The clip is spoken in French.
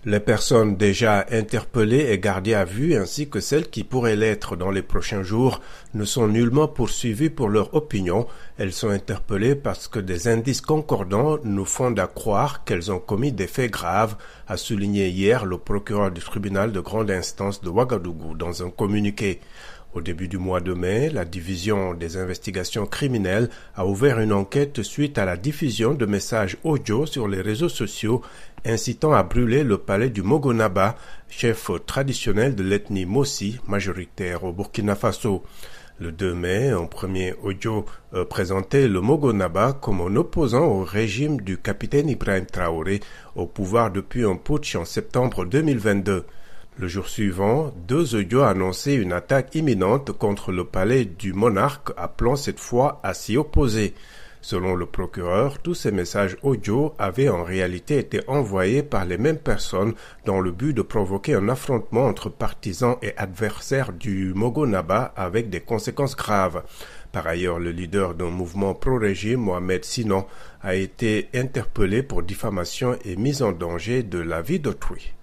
Les personnes déjà interpellées et gardées à vue ainsi que celles qui pourraient l'être dans les prochains jours ne sont nullement poursuivies pour leur opinion. Elles sont interpellées parce que des indices concordants nous fondent à croire qu'elles ont commis des faits graves, a souligné hier le procureur du tribunal de grande instance de Ouagadougou dans un communiqué. Au début du mois de mai, la division des investigations criminelles a ouvert une enquête suite à la diffusion de messages audio sur les réseaux sociaux incitant à brûler le palais du Mogonaba, chef traditionnel de l'ethnie Mossi, majoritaire au Burkina Faso. Le 2 mai, un premier audio présentait le Mogonaba comme un opposant au régime du capitaine Ibrahim Traoré, au pouvoir depuis un putsch en septembre 2022. Le jour suivant, 2 audios annonçaient une attaque imminente contre le palais du monarque, appelant cette fois à s'y opposer. Selon le procureur, tous ces messages audio avaient en réalité été envoyés par les mêmes personnes dans le but de provoquer un affrontement entre partisans et adversaires du Mogonaba avec des conséquences graves. Par ailleurs, le leader d'un mouvement pro-régime, Mohamed Sinan, a été interpellé pour diffamation et mise en danger de la vie d'autrui.